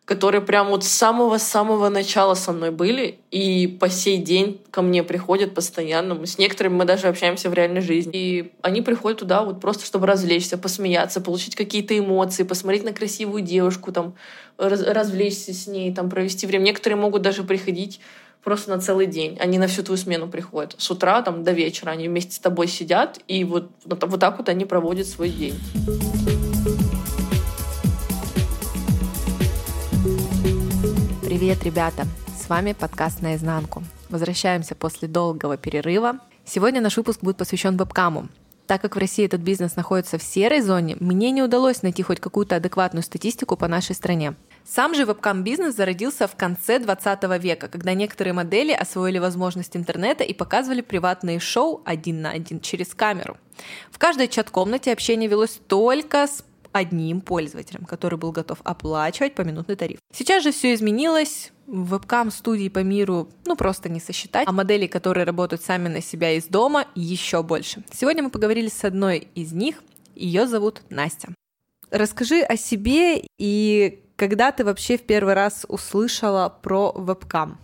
которые прям вот с самого-самого начала со мной были и по сей день ко мне приходят постоянно. С некоторыми мы даже общаемся в реальной жизни. И они приходят туда вот просто, чтобы развлечься, посмеяться, получить какие-то эмоции, посмотреть на красивую девушку, там, развлечься с ней, там, провести время. Некоторые могут даже приходить просто на целый день. Они на всю твою смену приходят. С утра там, до вечера они вместе с тобой сидят, и вот так вот они проводят свой день. Привет, ребята! С вами подкаст «Наизнанку». Возвращаемся после долгого перерыва. Сегодня наш выпуск будет посвящен вебкаму. Так как в России этот бизнес находится в серой зоне, мне не удалось найти хоть какую-то адекватную статистику по нашей стране. Сам же вебкам-бизнес зародился в конце 20 века, когда некоторые модели освоили возможность интернета и показывали приватные шоу 1 на 1 через камеру. В каждой чат-комнате общение велось только с одним пользователем, который был готов оплачивать поминутный тариф. Сейчас же все изменилось. Вебкам-студий по миру просто не сосчитать, а моделей, которые работают сами на себя из дома, еще больше. Сегодня мы поговорили с одной из них. Ее зовут Настя. Расскажи о себе и когда ты вообще в первый раз услышала про вебкам?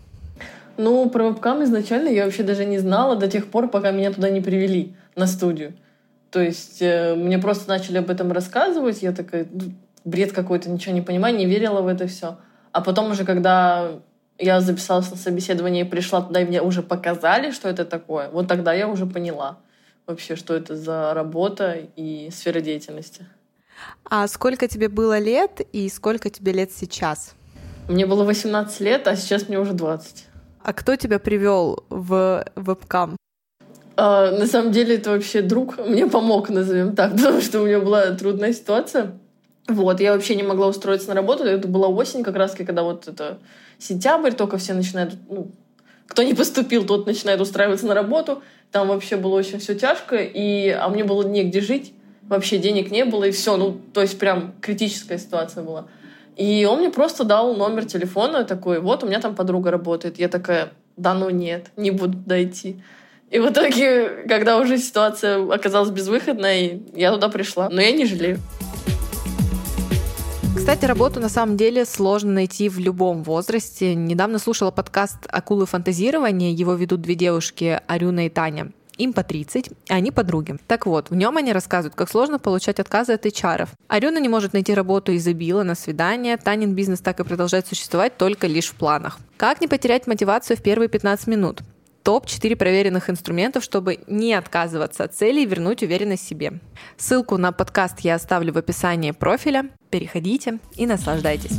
Про вебкам изначально я вообще даже не знала до тех пор, пока меня туда не привели на студию. То есть мне просто начали об этом рассказывать, я такая, бред какой-то, ничего не понимаю, не верила в это все. А потом уже, когда я записалась на собеседование и пришла туда, и мне уже показали, что это такое, вот тогда я уже поняла вообще, что это за работа и сфера деятельности. А сколько тебе было лет и сколько тебе лет сейчас? Мне было 18 лет, а сейчас мне уже 20. А кто тебя привел в вебкам? На самом деле это вообще друг мне помог, назовем так, потому что у меня была трудная ситуация. Я вообще не могла устроиться на работу. Это была осень как раз, когда вот это сентябрь, только все начинают... кто не поступил, тот начинает устраиваться на работу. Там вообще было очень все тяжко, а мне было негде жить. Вообще денег не было, и все. То есть прям критическая ситуация была. И он мне просто дал номер телефона, такой, вот у меня там подруга работает. Я такая, нет, не буду дойти. И в итоге, когда уже ситуация оказалась безвыходной, я туда пришла. Но я не жалею. Кстати, работу на самом деле сложно найти в любом возрасте. Недавно слушала подкаст «Акулы фантазирования». Его ведут две девушки, Арюна и Таня. Им по 30, и они подруги. Так вот, в нем они рассказывают, как сложно получать отказы от HR-ов. Арюна не может найти работу из-за била на свидание. Танин бизнес так и продолжает существовать только лишь в планах. Как не потерять мотивацию в первые 15 минут? Топ-4 проверенных инструментов, чтобы не отказываться от цели и вернуть уверенность в себе. Ссылку на подкаст я оставлю в описании профиля. Переходите и наслаждайтесь.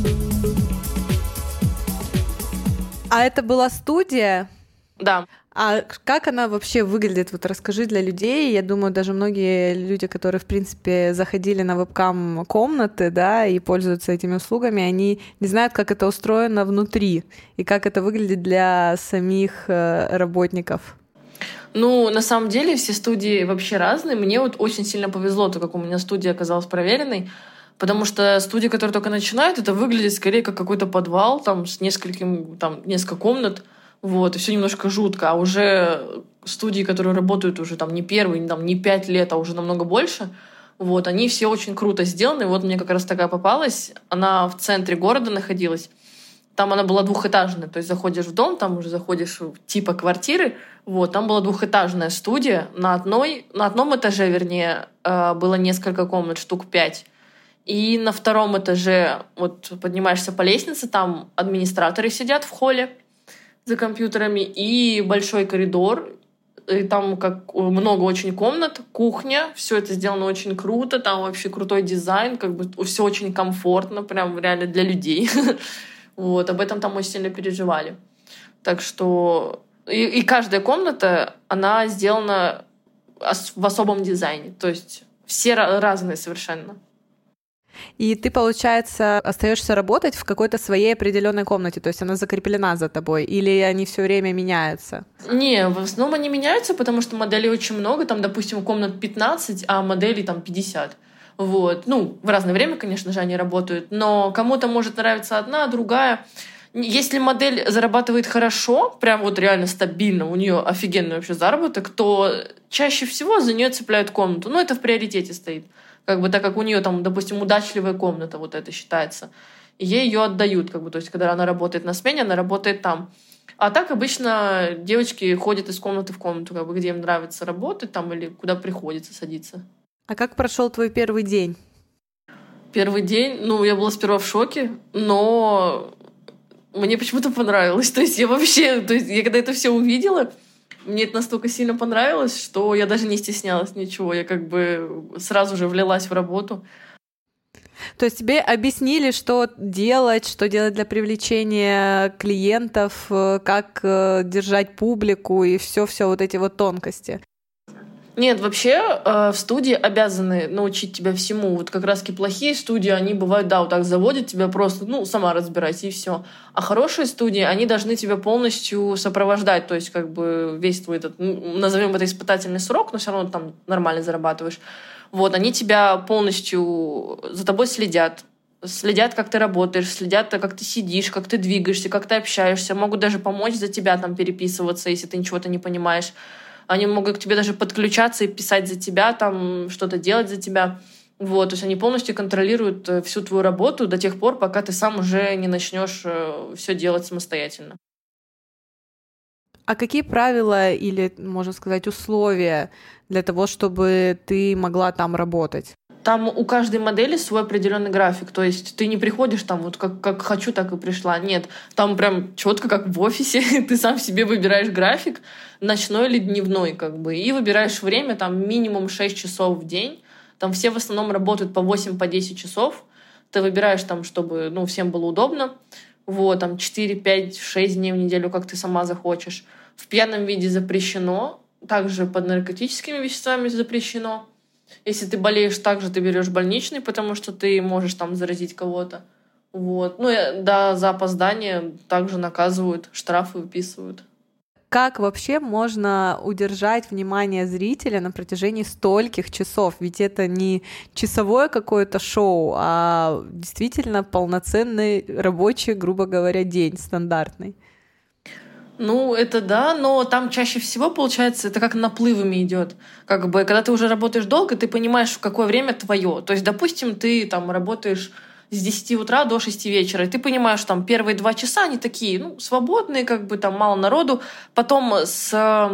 А это была студия? Да. А как она вообще выглядит? Вот расскажи для людей. Я думаю, даже многие люди, которые, в принципе, заходили на вебкам-комнаты, да, и пользуются этими услугами, они не знают, как это устроено внутри и как это выглядит для самих работников. На самом деле все студии вообще разные. Мне очень сильно повезло, так как у меня студия оказалась проверенной, потому что студии, которые только начинают, это выглядит скорее как какой-то подвал, там с несколько комнат, и все немножко жутко. А уже студии, которые работают уже не первый, не 5 лет, а уже намного больше, они все очень круто сделаны. Мне как раз такая попалась. Она в центре города находилась. Там она была двухэтажная, то есть заходишь в дом, там уже заходишь в типа квартиры. Там была двухэтажная студия. На одном этаже, вернее, было несколько комнат, штук 5. И на втором этаже поднимаешься по лестнице, там администраторы сидят в холле за компьютерами, и большой коридор, и там много очень комнат, кухня, все это сделано очень круто, там вообще крутой дизайн, все очень комфортно, прям реально для людей. Об этом там очень сильно переживали. Так что и каждая комната, она сделана в особом дизайне, то есть все разные совершенно. И ты, получается, остаешься работать в какой-то своей определенной комнате, то есть она закреплена за тобой, или они все время меняются? Не, в основном они меняются, потому что моделей очень много, там, допустим, комнат 15, а моделей 50. В разное время, конечно же, они работают, но кому-то может нравиться одна, другая. Если модель зарабатывает хорошо, прям реально стабильно, у нее офигенный вообще заработок, то чаще всего за нее цепляют комнату. Это в приоритете стоит. Так как у нее там, допустим, удачливая комната, это считается. и ей ее отдают, как бы, то есть когда она работает на смене, она работает там. А так обычно девочки ходят из комнаты в комнату, как бы, где им нравится работать там или куда приходится садиться. А как прошел твой первый день? Первый день, я была сперва в шоке, но мне почему-то понравилось. То есть я когда это все увидела, мне это настолько сильно понравилось, что я даже не стеснялась ничего. Я как бы сразу же влилась в работу. То есть тебе объяснили, что делать для привлечения клиентов, как держать публику и все вот эти вот тонкости? Нет, вообще в студии обязаны научить тебя всему. Вот как раз-таки плохие студии, они бывают, да, вот так заводят тебя просто, сама разбирайся и все. А хорошие студии, они должны тебя полностью сопровождать, то есть как бы весь твой этот, назовем это испытательный срок, но все равно там нормально зарабатываешь. Вот, они тебя полностью за тобой следят, как ты работаешь, следят, как ты сидишь, как ты двигаешься, как ты общаешься, могут даже помочь за тебя там переписываться, если ты ничего-то не понимаешь. Они могут к тебе даже подключаться и писать за тебя, там что-то делать за тебя. Вот, то есть они полностью контролируют всю твою работу до тех пор, пока ты сам уже не начнешь все делать самостоятельно. А какие правила или, можно сказать, условия для того, чтобы ты могла там работать? Там у каждой модели свой определенный график. То есть ты не приходишь там вот как хочу, так и пришла. Нет, там прям четко как в офисе. Ты сам себе выбираешь график, ночной или дневной, как бы, и выбираешь время, там минимум 6 часов в день. Там все в основном работают по 8-10 по 10 часов. Ты выбираешь там, чтобы всем было удобно. Вот, там 4, 5, 6 дней в неделю, как ты сама захочешь. В пьяном виде запрещено. Также под наркотическими веществами запрещено. Если ты болеешь, также ты берешь больничный, потому что ты можешь там заразить кого-то. Вот. Да, за опоздание также наказывают, штрафы выписывают. Как вообще можно удержать внимание зрителя на протяжении стольких часов? Ведь это не часовое какое-то шоу, а действительно полноценный рабочий, грубо говоря, день стандартный. Это да, но там чаще всего, получается, это как наплывами идет. Как бы, когда ты уже работаешь долго, ты понимаешь, в какое время твое. То есть, допустим, ты там работаешь с 10 утра до 6 вечера, и ты понимаешь, что там первые 2 часа, они такие, свободные, как бы там мало народу. Потом с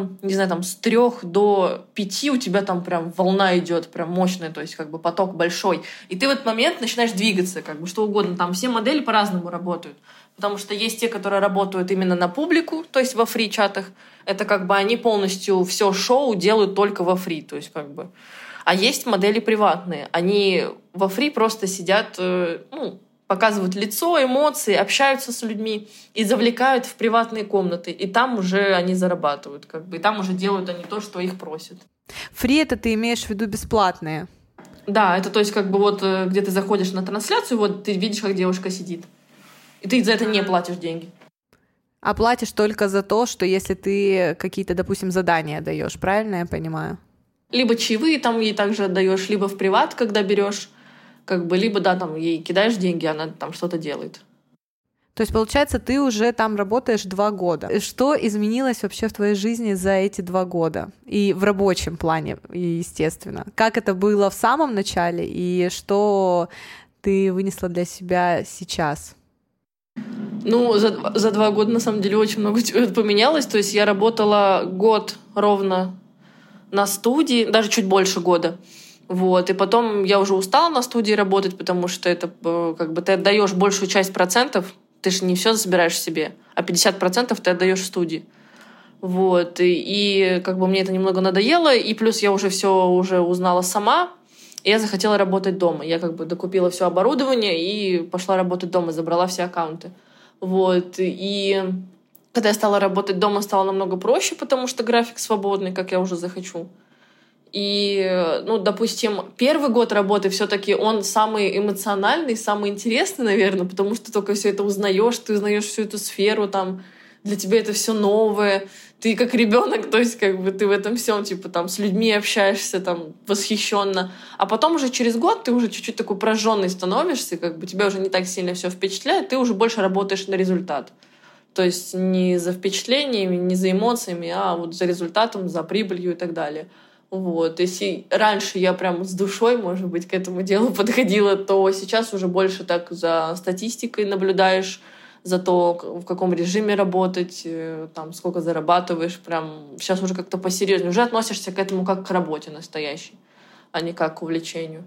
3 до 5 у тебя там прям волна идет, прям мощная, то есть как бы поток большой. И ты в этот момент начинаешь двигаться, как бы что угодно. Там все модели по-разному работают. Потому что есть те, которые работают именно на публику, то есть во фри-чатах. Это как бы они полностью все шоу делают только во фри, то есть как бы. А есть модели приватные. Они во фри просто сидят, показывают лицо, эмоции, общаются с людьми и завлекают в приватные комнаты. И там уже они зарабатывают, как бы. И там уже делают они то, что их просят. Фри — это ты имеешь в виду бесплатные? Да, это то есть как бы вот где ты заходишь на трансляцию, вот ты видишь, как девушка сидит. И ты за это не платишь деньги. А платишь только за то, что если ты какие-то, допустим, задания даешь, правильно я понимаю? Либо чаевые там ей также отдаешь, либо в приват, когда берешь, как бы, либо да, там ей кидаешь деньги, она там что-то делает. То есть, получается, ты уже там работаешь 2 года. Что изменилось вообще в твоей жизни за эти 2 года? И в рабочем плане, естественно. Как это было в самом начале, и что ты вынесла для себя сейчас? За 2 года, на самом деле, очень много поменялось. То есть я работала год ровно на студии, даже чуть больше года. Вот. И потом я уже устала на студии работать, потому что это как бы ты отдаешь большую часть процентов, ты же не все забираешь себе, а 50% ты отдаешь студии. Вот. И как бы мне это немного надоело, и плюс я уже все уже узнала сама, и я захотела работать дома. Я как бы докупила все оборудование и пошла работать дома, забрала все аккаунты. Вот. И когда я стала работать дома, стало намного проще, потому что график свободный, как я уже захочу. И, допустим, первый год работы все-таки он самый эмоциональный, самый интересный, наверное, потому что только все это узнаешь, ты узнаешь всю эту сферу, там для тебя это все новое, ты как ребенок, то есть как бы ты в этом всем типа там с людьми общаешься там восхищенно, а потом уже через год ты уже чуть-чуть такой прожженный становишься, как бы тебя уже не так сильно все впечатляет, ты уже больше работаешь на результат. То есть не за впечатлениями, не за эмоциями, а вот за результатом, за прибылью и так далее. Вот. Если раньше я прям с душой, может быть, к этому делу подходила, то сейчас уже больше так за статистикой наблюдаешь, за то, в каком режиме работать, там, сколько зарабатываешь. Прям сейчас уже как-то посерьезнее. Уже относишься к этому как к работе настоящей, а не как к увлечению.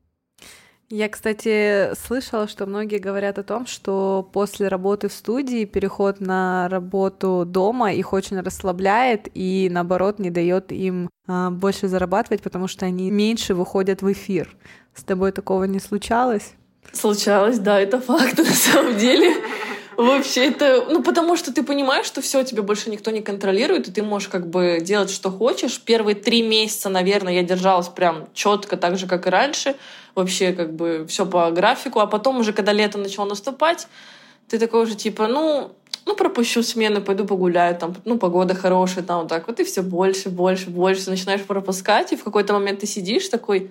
Я, кстати, слышала, что многие говорят о том, что после работы в студии переход на работу дома их очень расслабляет и, наоборот, не дает им больше зарабатывать, потому что они меньше выходят в эфир. С тобой такого не случалось? Случалось, да, это факт на самом деле. Вообще это... потому что ты понимаешь, что все тебя больше никто не контролирует, и ты можешь как бы делать, что хочешь. Первые 3 месяца, наверное, я держалась прям четко, так же, как и раньше. Вообще как бы все по графику. А потом уже, когда лето начало наступать, ты такой уже типа, пропущу смену, пойду погуляю, там, погода хорошая, там, вот так вот, и все больше, больше, больше начинаешь пропускать, и в какой-то момент ты сидишь такой,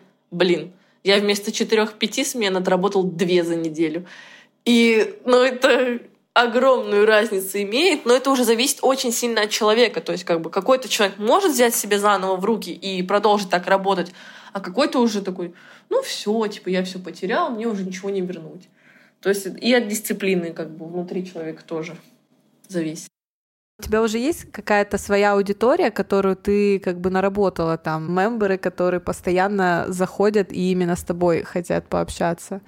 я вместо 4-5 смен отработал 2 за неделю. И, это огромную разницу имеет, но это уже зависит очень сильно от человека. То есть как бы какой-то человек может взять себя заново в руки и продолжить так работать, а какой-то уже такой, все, типа я все потерял, мне уже ничего не вернуть. То есть и от дисциплины как бы внутри человека тоже зависит. У тебя уже есть какая-то своя аудитория, которую ты как бы наработала там, мемберы, которые постоянно заходят и именно с тобой хотят пообщаться?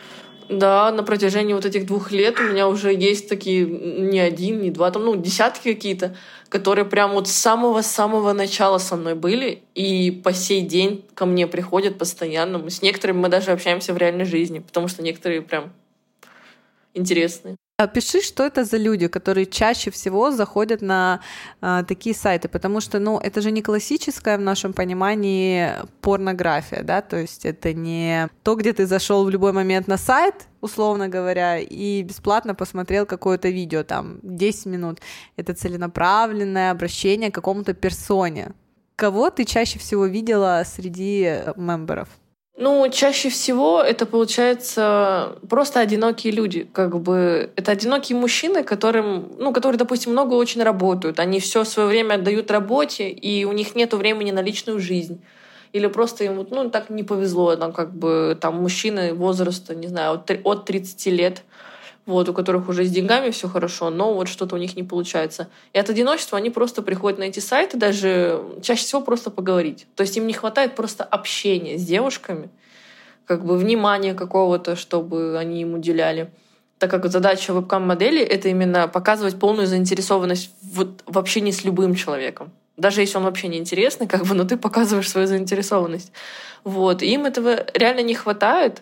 Да, на протяжении вот этих 2 лет у меня уже есть такие не 1, не 2, там, десятки какие-то, которые прям вот с самого-самого начала со мной были и по сей день ко мне приходят постоянно. С некоторыми мы даже общаемся в реальной жизни, потому что некоторые прям интересные. Опиши, что это за люди, которые чаще всего заходят на такие сайты, потому что, это же не классическая в нашем понимании порнография, да, то есть это не то, где ты зашел в любой момент на сайт, условно говоря, и бесплатно посмотрел какое-то видео, там, 10 минут. Это целенаправленное обращение к какому-то персоне. Кого ты чаще всего видела среди мемберов? Чаще всего это, получается, просто одинокие люди. Как бы это одинокие мужчины, которые, допустим, много очень работают. Они все свое время отдают работе, и у них нет времени на личную жизнь. Или просто им так не повезло. Там мужчины возраста, не знаю, от 30 лет, у которых уже с деньгами все хорошо, но вот что-то у них не получается. И от одиночества они просто приходят на эти сайты, даже чаще всего просто поговорить. То есть им не хватает просто общения с девушками, как бы внимания какого-то, чтобы они им уделяли. Так как задача вебкам-модели — это именно показывать полную заинтересованность в общении с любым человеком. Даже если он вообще не интересный, но ты показываешь свою заинтересованность. Им этого реально не хватает.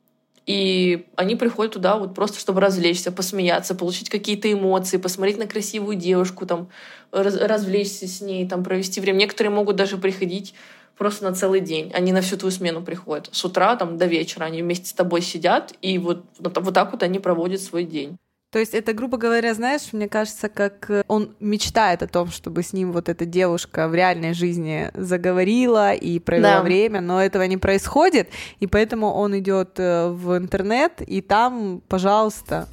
И они приходят туда просто, чтобы развлечься, посмеяться, получить какие-то эмоции, посмотреть на красивую девушку, там, развлечься с ней, там, провести время. Некоторые могут даже приходить просто на целый день. Они на всю твою смену приходят. С утра там, до вечера они вместе с тобой сидят, и вот так они проводят свой день. То есть это, грубо говоря, знаешь, мне кажется, как он мечтает о том, чтобы с ним вот эта девушка в реальной жизни заговорила и провела время, но этого не происходит, и поэтому он идет в интернет, и там, пожалуйста.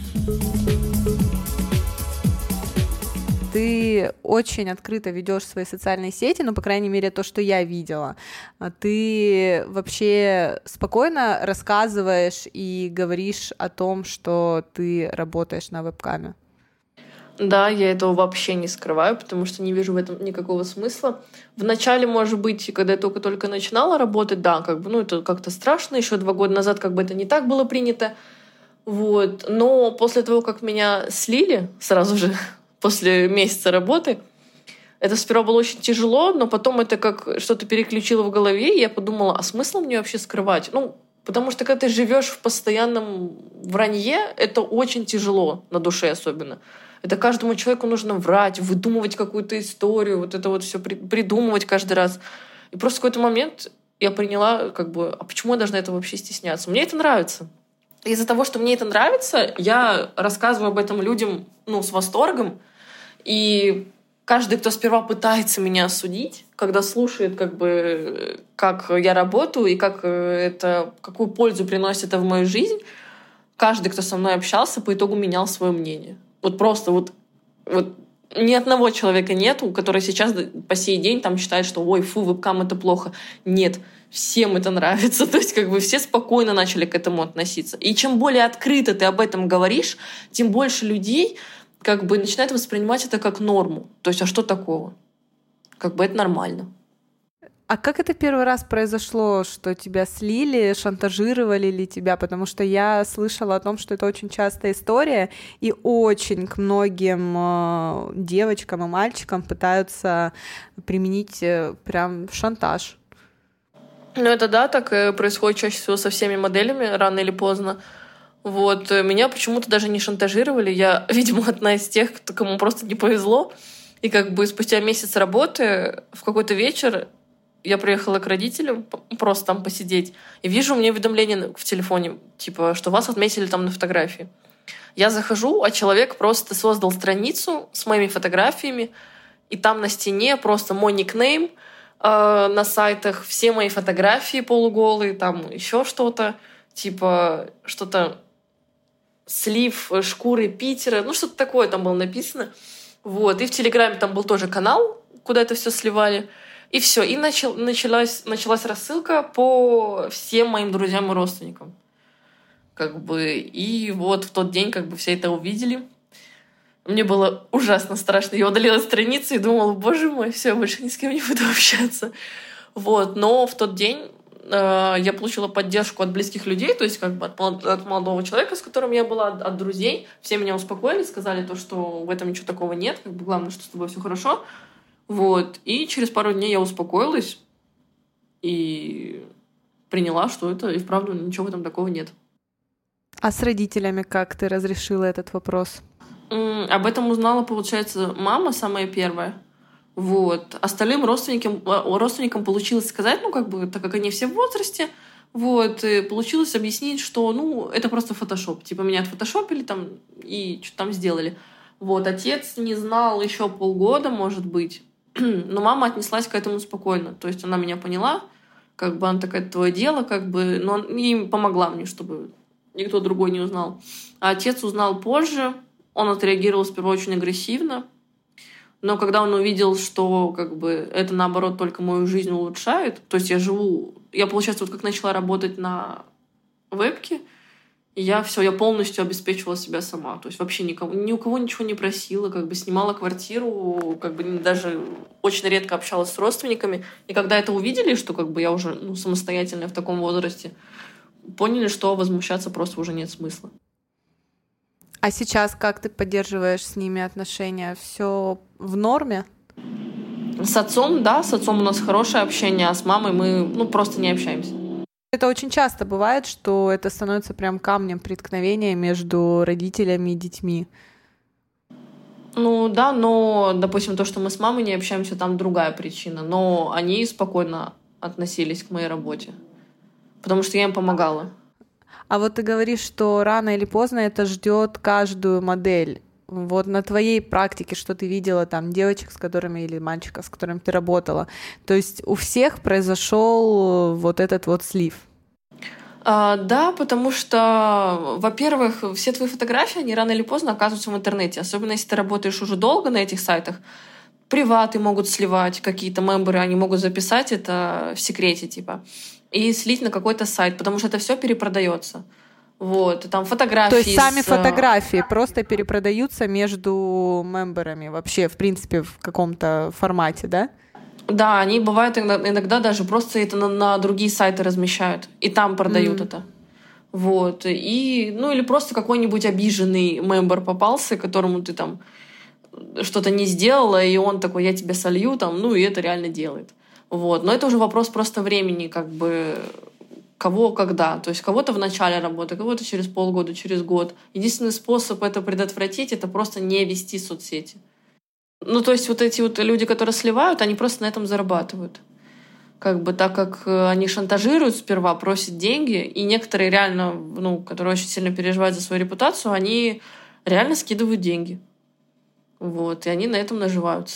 Ты очень открыто ведешь свои социальные сети, по крайней мере, то, что я видела. Ты вообще спокойно рассказываешь и говоришь о том, что ты работаешь на вебкаме? Да, я этого вообще не скрываю, потому что не вижу в этом никакого смысла. Вначале, может быть, когда я только начинала работать, да, это как-то страшно. Еще 2 года назад это не так было принято. Но после того, как меня слили сразу же, после месяца работы. Это сперва было очень тяжело, но потом это как что-то переключило в голове, и я подумала, а смысл мне вообще скрывать? Потому что когда ты живешь в постоянном вранье, это очень тяжело, на душе особенно. Это каждому человеку нужно врать, выдумывать какую-то историю, это все придумывать каждый раз. И просто в какой-то момент я приняла, а почему я должна этого вообще стесняться? Мне это нравится. Из-за того, что мне это нравится, я рассказываю об этом людям, с восторгом. И каждый, кто сперва пытается меня осудить, когда слушает, как я работаю и какую пользу приносит это в мою жизнь, каждый, кто со мной общался, по итогу менял свое мнение. ни одного человека нету, который сейчас по сей день там считает, что ой, фу, вебкам это плохо. Нет, всем это нравится. То есть как бы все спокойно начали к этому относиться. И чем более открыто ты об этом говоришь, тем больше людей как бы начинают воспринимать это как норму. То есть, а что такого? Как бы это нормально. А как это первый раз произошло, что тебя слили, шантажировали ли тебя? Потому что я слышала о том, что это очень частая история, и очень к многим девочкам и мальчикам пытаются применить прям шантаж. Ну это да, так происходит чаще всего со всеми моделями, рано или поздно. Вот. Меня почему-то даже не шантажировали. Я, видимо, одна из тех, кому просто не повезло. И как бы спустя месяц работы в какой-то вечер я приехала к родителям просто там посидеть, и вижу у меня уведомление в телефоне, типа, что вас отметили там на фотографии. Я захожу, а человек просто создал страницу с моими фотографиями, и там на стене просто мой никнейм, на сайтах все мои фотографии полуголые, там еще что-то, типа, что-то слив шкуры Питера, ну что-то такое там было написано. Вот. И в Телеграме там был тоже канал, куда это все сливали. И все. И началась рассылка по всем моим друзьям и родственникам. Как бы. И вот в тот день как бы все это увидели. Мне было ужасно страшно. Я удалила страницу и думала, боже мой, все, я больше ни с кем не буду общаться. Вот. Но в тот день я получила поддержку от близких людей, то есть как бы от молодого человека, с которым я была, от друзей. Все меня успокоили, сказали то, что в этом ничего такого нет. Как бы главное, что с тобой все хорошо. Вот. И через пару дней я успокоилась и приняла, что это и вправду ничего в этом такого нет. А с родителями как ты разрешила этот вопрос? Об этом узнала, получается, мама самая первая. Вот. Остальным родственникам получилось сказать, ну, как бы, так как они все в возрасте, вот, и получилось объяснить, что, ну, это просто фотошоп. Типа, меня отфотошопили там и что-то там сделали. Вот. Отец не знал еще полгода, может быть. Но мама отнеслась к этому спокойно. То есть она меня поняла, как бы она такая, это твое дело, как бы, но и помогла мне, чтобы никто другой не узнал. А отец узнал позже, он отреагировал сперва очень агрессивно, но когда он увидел, что как бы это, наоборот, только мою жизнь улучшает, то есть я, получается, вот как начала работать на вебке, я полностью обеспечивала себя сама. То есть вообще ни у кого ничего не просила, как бы снимала квартиру, как бы даже очень редко общалась с родственниками. И когда это увидели, что как бы я уже самостоятельная в таком возрасте, поняли, что возмущаться просто уже нет смысла. А сейчас как ты поддерживаешь с ними отношения? Все в норме? С отцом, да, с отцом у нас хорошее общение, а с мамой мы просто не общаемся. Это очень часто бывает, что это становится прям камнем преткновения между родителями и детьми. Ну да, но, допустим, то, что мы с мамой не общаемся, там другая причина. Но они спокойно относились к моей работе, потому что я им помогала. А вот ты говоришь, что рано или поздно это ждет каждую модель. Вот на твоей практике, что ты видела там девочек, с которыми или мальчиков, с которыми ты работала, то есть у всех произошел вот этот вот слив? Да, потому что, во-первых, все твои фотографии, они рано или поздно оказываются в интернете. Особенно если ты работаешь уже долго на этих сайтах. Приваты могут сливать, какие-то мемберы, они могут записать это в секрете, типа, и слить на какой-то сайт, потому что это все перепродается. Вот, и там фотографии. То есть сами фотографии просто перепродаются между мемберами вообще, в принципе, в каком-то формате, да? Да, они бывают иногда даже просто это на другие сайты размещают, и там продают это. Вот, и, или просто какой-нибудь обиженный мембер попался, которому ты там что-то не сделала, и он такой, я тебя солью, там, и это реально делает. Вот. Но это уже вопрос просто времени, как бы, кого когда. То есть кого-то в начале работы, кого-то через полгода, через год. Единственный способ это предотвратить, это просто не вести соцсети. То есть вот эти вот люди, которые сливают, они просто на этом зарабатывают. Как бы так как они шантажируют сперва, просят деньги, и некоторые реально, которые очень сильно переживают за свою репутацию, они реально скидывают деньги. Вот, и они на этом наживаются.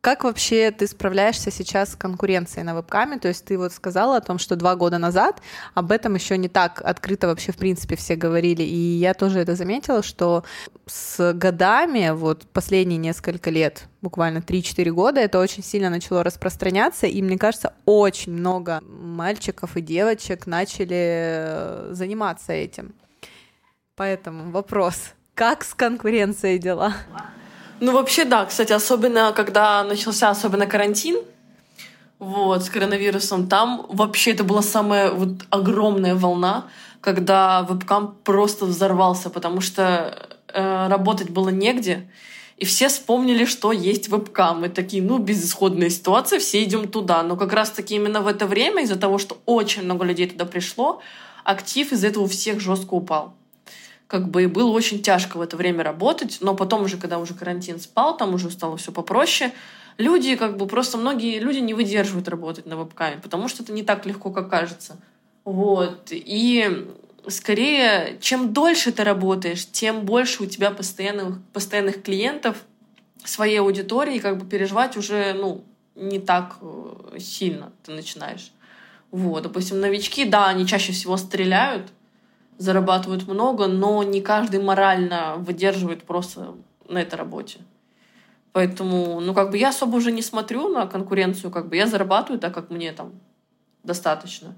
Как вообще ты справляешься сейчас с конкуренцией на вебкаме? То есть ты вот сказала о том, что 2 года назад об этом еще не так открыто вообще в принципе все говорили, и я тоже это заметила, что с годами, вот последние несколько лет, буквально 3-4 года, это очень сильно начало распространяться, и мне кажется, очень много мальчиков и девочек начали заниматься этим. Поэтому вопрос, как с конкуренцией дела? Ну, вообще, да. Кстати, особенно, когда начался особенно карантин, вот, с коронавирусом, там вообще это была самая вот огромная волна, когда вебкам просто взорвался, потому что работать было негде, и все вспомнили, что есть вебкам. И такие, ну, безысходная ситуация, все идем туда. Но как раз-таки именно в это время, из-за того, что очень много людей туда пришло, актив из-за этого у всех жестко упал. Как бы и было очень тяжко в это время работать, но потом уже, когда уже карантин спал, там уже стало все попроще, люди, как бы просто многие люди не выдерживают работать на вебкаме, потому что это не так легко, как кажется. Вот. И скорее, чем дольше ты работаешь, тем больше у тебя постоянных клиентов, своей аудитории, как бы переживать уже, ну, не так сильно ты начинаешь. Вот. Допустим, новички, да, они чаще всего стреляют, зарабатывают много, но не каждый морально выдерживает просто на этой работе. Поэтому, ну, как бы я особо уже не смотрю на конкуренцию, как бы я зарабатываю так, как мне там достаточно.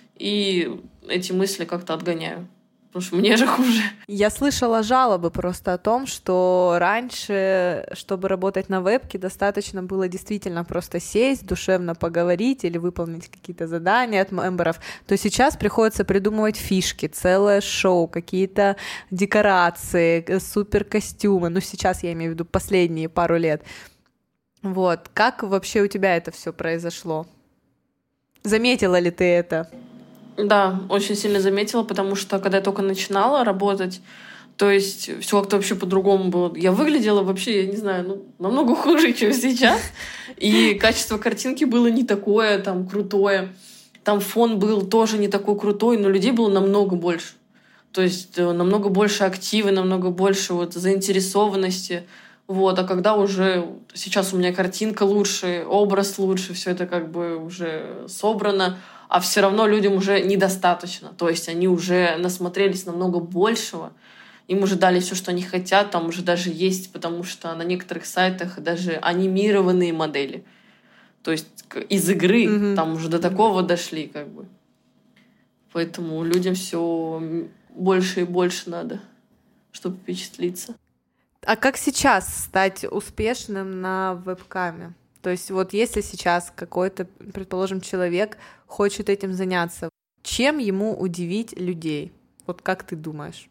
И эти мысли как-то отгоняю. Потому что мне же хуже. Я слышала жалобы просто о том, что раньше, чтобы работать на вебке, достаточно было действительно просто сесть, душевно поговорить или выполнить какие-то задания от мемберов, то сейчас приходится придумывать фишки, целое шоу, какие-то декорации, супер костюмы. Ну, сейчас я имею в виду последние пару лет. Вот. Как вообще у тебя это все произошло? Заметила ли ты это? Да, очень сильно заметила, потому что когда я только начинала работать, то есть все как-то вообще по-другому было. Я выглядела вообще, я не знаю, ну, намного хуже, чем сейчас. И качество картинки было не такое там крутое. Там фон был тоже не такой крутой, но людей было намного больше. То есть намного больше актива, намного больше вот заинтересованности. Вот. А когда уже сейчас у меня картинка лучше, образ лучше, все это как бы уже собрано, а все равно людям уже недостаточно. То есть они уже насмотрелись намного большего, им уже дали все, что они хотят, там уже даже есть, потому что на некоторых сайтах даже анимированные модели. То есть из игры там уже до такого дошли, как бы. Поэтому людям все больше и больше надо, чтобы впечатлиться. А как сейчас стать успешным на вебкаме? То есть вот если сейчас какой-то, предположим, человек хочет этим заняться, чем ему удивить людей? Вот как ты думаешь?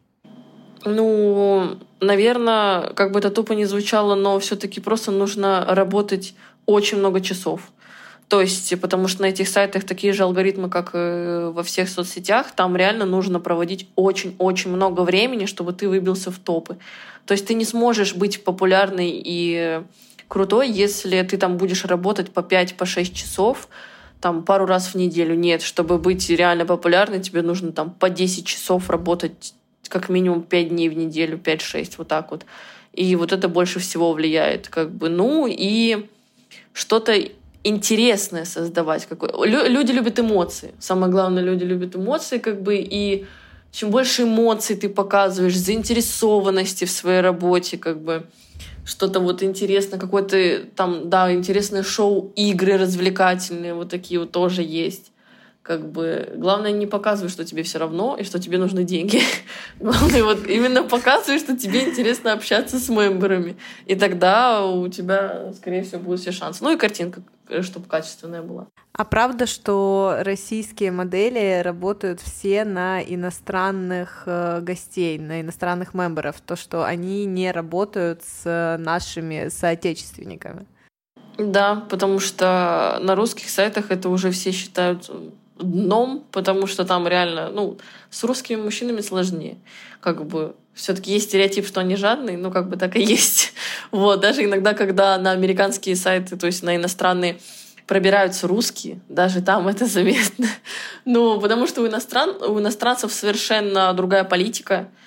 Ну, наверное, как бы это тупо не звучало, но все-таки просто нужно работать очень много часов. То есть, потому что на этих сайтах такие же алгоритмы, как и во всех соцсетях, там реально нужно проводить очень-очень много времени, чтобы ты выбился в топы. То есть ты не сможешь быть популярной и крутой, если ты там будешь работать по 5-6 часов, там пару раз в неделю. Нет, чтобы быть реально популярной, тебе нужно там по 10 часов работать как минимум 5 дней в неделю, 5-6, вот так вот. И вот это больше всего влияет, как бы. Ну и что-то интересное создавать. Люди любят эмоции. Самое главное, люди любят эмоции, как бы, и чем больше эмоций ты показываешь, заинтересованности в своей работе, как бы, что-то вот интересное, какое-то там, да, интересное шоу, игры развлекательные, вот такие вот тоже есть. Как бы главное не показывай, что тебе все равно и что тебе нужны деньги. Главное вот именно показывай, что тебе интересно общаться с мемберами. И тогда у тебя, скорее всего, будут все шансы. Ну и картинка, чтобы качественная была. А правда, что российские модели работают все на иностранных гостей, на иностранных мемберов, то, что они не работают с нашими соотечественниками? Да, потому что на русских сайтах это уже все считают дном, потому что там реально, ну, с русскими мужчинами сложнее. Как бы все-таки есть стереотип, что они жадные, ну, как бы так и есть. Вот, даже иногда, когда на американские сайты, то есть на иностранные, пробираются русские, даже там это заметно. Ну, потому что у иностранцев совершенно другая политика,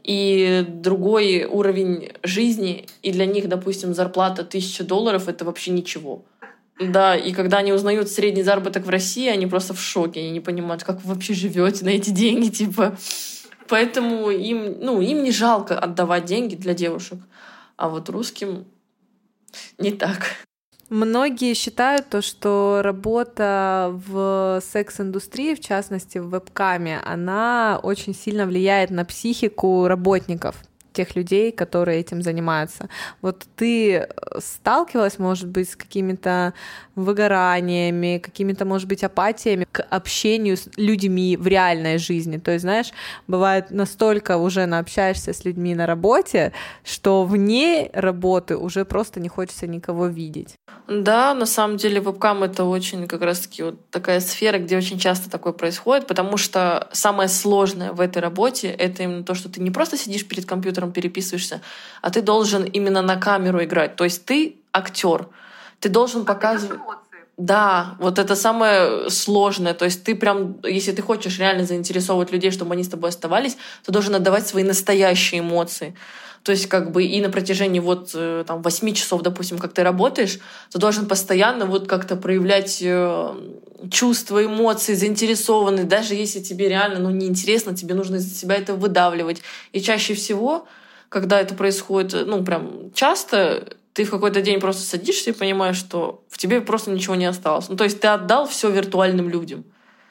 и другой уровень жизни, и для них, допустим, зарплата $1000 — это вообще ничего. Да, и когда они узнают средний заработок в России, они просто в шоке, они не понимают, как вы вообще живете на эти деньги, типа. Поэтому им не жалко отдавать деньги для девушек, а вот русским не так. Многие считают то, что работа в секс-индустрии, в частности в вебкаме, она очень сильно влияет на психику работников, тех людей, которые этим занимаются. Вот ты сталкивалась, может быть, с какими-то выгораниями, какими-то, может быть, апатиями к общению с людьми в реальной жизни? То есть, знаешь, бывает, настолько уже наобщаешься с людьми на работе, что вне работы уже просто не хочется никого видеть. Да, на самом деле вебкам — это очень как раз-таки вот такая сфера, где очень часто такое происходит, потому что самое сложное в этой работе — это именно то, что ты не просто сидишь перед компьютером, переписываешься, а ты должен именно на камеру играть. То есть ты актер, ты должен показывать... Да, вот это самое сложное. То есть ты прям, если ты хочешь реально заинтересовывать людей, чтобы они с тобой оставались, ты должен отдавать свои настоящие эмоции. То есть как бы и на протяжении 8 часов, допустим, как ты работаешь, ты должен постоянно вот как-то проявлять чувства, эмоции, заинтересованность. Даже если тебе реально неинтересно, тебе нужно из себя это выдавливать. И чаще всего, когда это происходит, прям часто, ты в какой-то день просто садишься и понимаешь, что в тебе просто ничего не осталось. То есть ты отдал все виртуальным людям.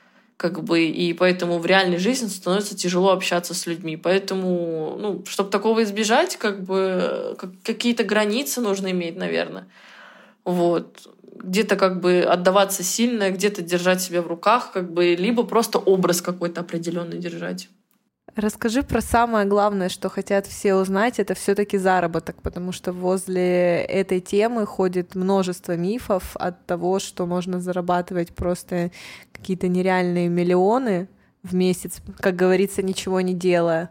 И поэтому в реальной жизни становится тяжело общаться с людьми. Поэтому, чтобы такого избежать, какие-то границы нужно иметь, наверное. Вот. Где-то отдаваться сильно, где-то держать себя в руках, либо просто образ какой-то определенный держать. Расскажи про самое главное, что хотят все узнать, это все-таки заработок, потому что возле этой темы ходит множество мифов от того, что можно зарабатывать просто какие-то нереальные миллионы в месяц, как говорится, ничего не делая.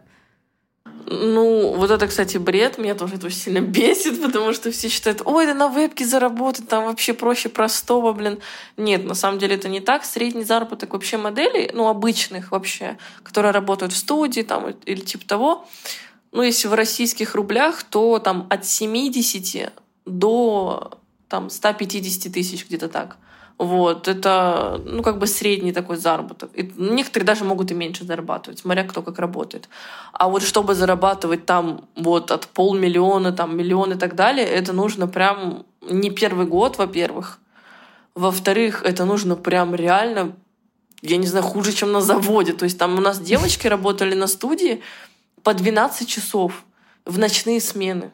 Вот это, кстати, бред. Меня тоже это очень сильно бесит, потому что все считают, ой, да на вебке заработать, там вообще проще простого, Нет, на самом деле это не так. Средний заработок вообще моделей, обычных вообще, которые работают в студии там, или типа того, если в российских рублях, то там от 70 до 150 тысяч, где-то так. Вот, это, средний такой заработок. И некоторые даже могут и меньше зарабатывать, смотря кто как работает. А вот чтобы зарабатывать там от 500 000, миллион и так далее, это нужно прям не первый год, во-первых. Во-вторых, это нужно прям реально, я не знаю, хуже, чем на заводе. То есть там у нас девочки работали на студии по 12 часов в ночные смены.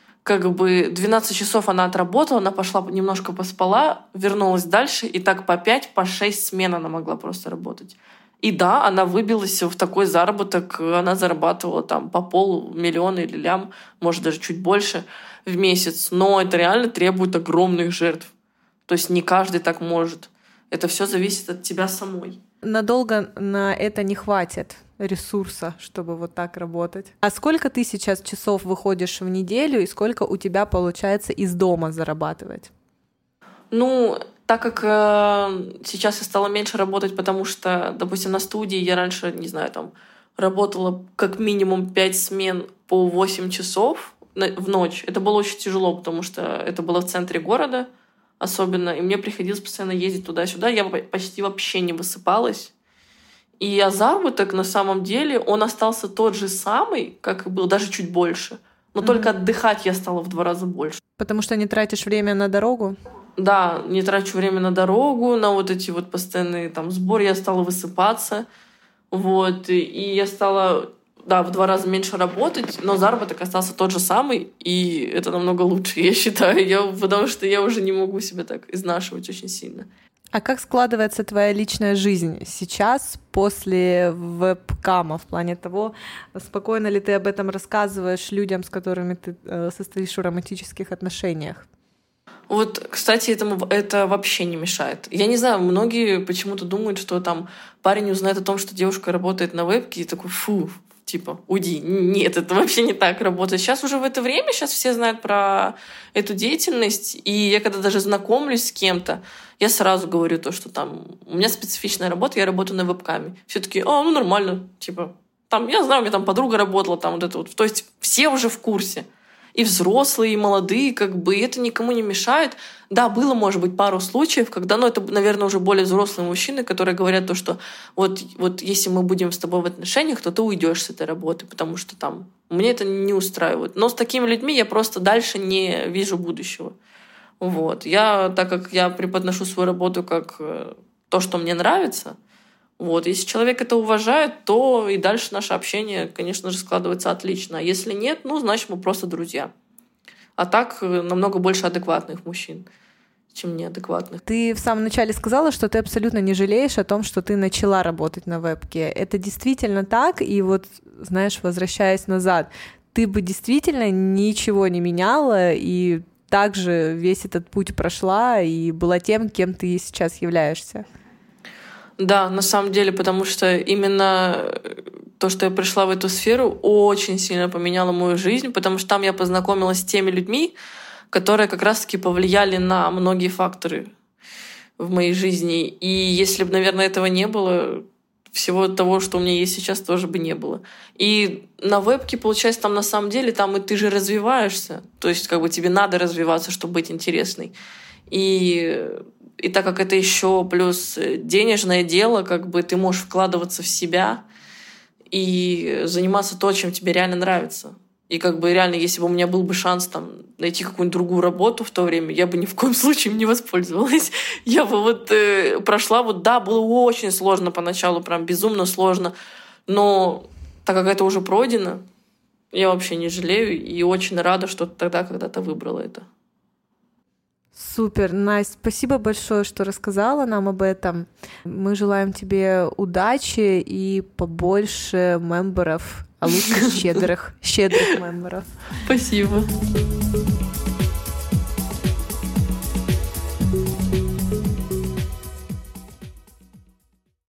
12 часов она отработала, она пошла немножко поспала, вернулась дальше, и так по 5, по 6 смен она могла просто работать. И да, она выбилась в такой заработок, она зарабатывала там по 500 000 или лям, может даже чуть больше в месяц. Но это реально требует огромных жертв. То есть не каждый так может. Это все зависит от тебя самой. Надолго на это не хватит ресурса, чтобы вот так работать. А сколько ты сейчас часов выходишь в неделю и сколько у тебя получается из дома зарабатывать? Так как сейчас я стала меньше работать, потому что, допустим, на студии я раньше, не знаю, работала как минимум 5 смен по 8 часов в ночь. Это было очень тяжело, потому что это было в центре города особенно, и мне приходилось постоянно ездить туда-сюда. Я почти вообще не высыпалась. И заработок, на самом деле, он остался тот же самый, как и был, даже чуть больше. Но только отдыхать я стала в 2 раза больше. Потому что не тратишь время на дорогу? Да, не трачу время на дорогу, на вот эти вот постоянные сборы. Я стала высыпаться. И я стала, в 2 раза меньше работать, но заработок остался тот же самый, и это намного лучше, я считаю. Потому что я уже не могу себя так изнашивать очень сильно. А как складывается твоя личная жизнь сейчас после вебкама в плане того, спокойно ли ты об этом рассказываешь людям, с которыми ты состоишь в романтических отношениях? Кстати, это вообще не мешает. Я не знаю, многие почему-то думают, что парень узнает о том, что девушка работает на вебке, и такой, фу, уйди. Нет, это вообще не так работает. Сейчас уже в это время, сейчас все знают про эту деятельность, и я когда даже знакомлюсь с кем-то, я сразу говорю то, что у меня специфичная работа, я работаю на вебкаме. Все такие, нормально, Там, я знаю, у меня там подруга работала, там вот это вот. То есть все уже в курсе. И взрослые, и молодые, как бы, и это никому не мешает. Да, было, может быть, пару случаев, когда, это, наверное, уже более взрослые мужчины, которые говорят то, что вот если мы будем с тобой в отношениях, то ты уйдешь с этой работы, потому что там мне это не устраивает. Но с такими людьми я просто дальше не вижу будущего. Вот. Так как я преподношу свою работу как то, что мне нравится, вот. Если человек это уважает, то и дальше наше общение, конечно же, складывается отлично. А если нет, значит, мы просто друзья. А так намного больше адекватных мужчин, чем неадекватных. Ты в самом начале сказала, что ты абсолютно не жалеешь о том, что ты начала работать на вебке. Это действительно так? И вот, знаешь, возвращаясь назад, ты бы действительно ничего не меняла и также весь этот путь прошла и была тем, кем ты сейчас являешься? Да, на самом деле, потому что именно то, что я пришла в эту сферу, очень сильно поменяло мою жизнь, потому что там я познакомилась с теми людьми, которые как раз-таки повлияли на многие факторы в моей жизни. И если бы, наверное, этого не было, всего того, что у меня есть сейчас, тоже бы не было. И на вебке, получается, там на самом деле, там и ты же развиваешься. То есть как бы тебе надо развиваться, чтобы быть интересной. И так как это еще плюс денежное дело, как бы ты можешь вкладываться в себя и заниматься то, чем тебе реально нравится. И как бы реально, если бы у меня был бы шанс там найти какую-нибудь другую работу в то время, я бы ни в коем случае им не воспользовалась. Я бы прошла, да, было очень сложно поначалу, прям безумно сложно, но так как это уже пройдено, я вообще не жалею и очень рада, что тогда когда-то выбрала это. Супер, Настя, спасибо большое, что рассказала нам об этом. Мы желаем тебе удачи и побольше мемберов, а лучше щедрых мемберов. Спасибо.